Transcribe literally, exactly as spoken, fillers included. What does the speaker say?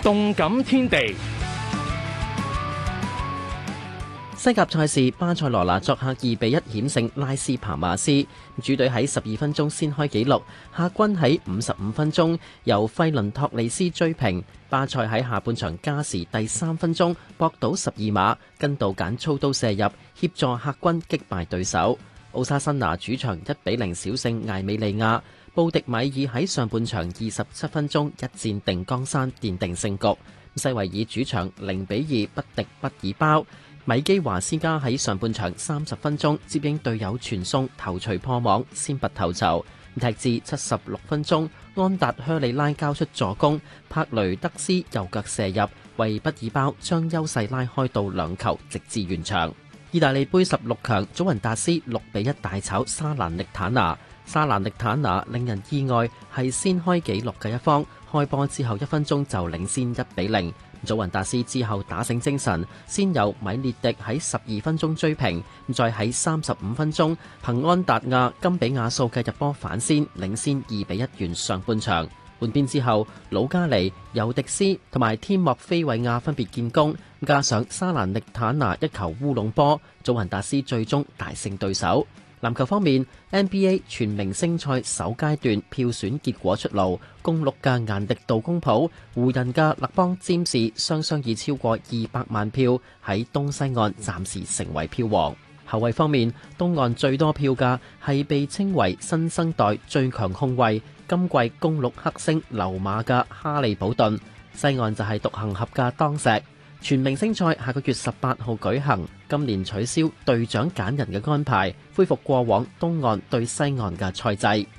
動感天地。 西甲賽事，巴塞羅那作客二比一險勝拉斯帕馬斯，主隊喺十二分鐘先開紀錄，客軍喺五十五分鐘由費倫托利斯追平。巴塞喺下半場加時第三分鐘搏到十二碼，根道簡操刀射入，協助客軍擊敗對手。奧沙辛拿主場一比零小勝艾美利亞，布迪米爾喺上半場二十七分鐘一戰定江山，奠定勝局。西維爾主場零比二不敵畢爾包。米基華斯加喺上半場三十分鐘接應隊友傳送頭槌破網，先拔頭籌。踢至七十六分鐘，安達靴里拉交出助攻，帕雷德斯右腳射入，為畢爾包將優勢拉開到兩球，直至完場。意大利杯十六強，祖雲達斯六比一大炒沙蘭力坦拿。沙蘭力坦拿令人意外，係先開紀錄嘅一方，開波之後一分鐘就領先一比零。祖雲達斯之後打醒精神，先由米列迪喺十二分鐘追平，再喺三十五分鐘憑安達亞金比亞素嘅入波反先，領先二比一完上半場。換邊之後，魯加尼、尤迪斯同埋天莫菲維亞分別建功，加上沙蘭力坦拿一球烏龍波，祖雲達斯最終大勝對手。籃球方面 ，N B A 全明星賽首階段票選結果出爐，公鹿嘅顏迪杜公普、湖人嘅勒邦詹士雙雙以超過二百萬票喺東西岸暫時成為票王。後衛方面，東岸最多票嘅係被稱為新生代最強控衛，今季公鹿黑星溜馬嘅哈利堡頓，西岸就係獨行俠嘅當石。全明星賽下個月十八號舉行，今年取消隊長揀人嘅安排，恢復過往東岸對西岸嘅賽制。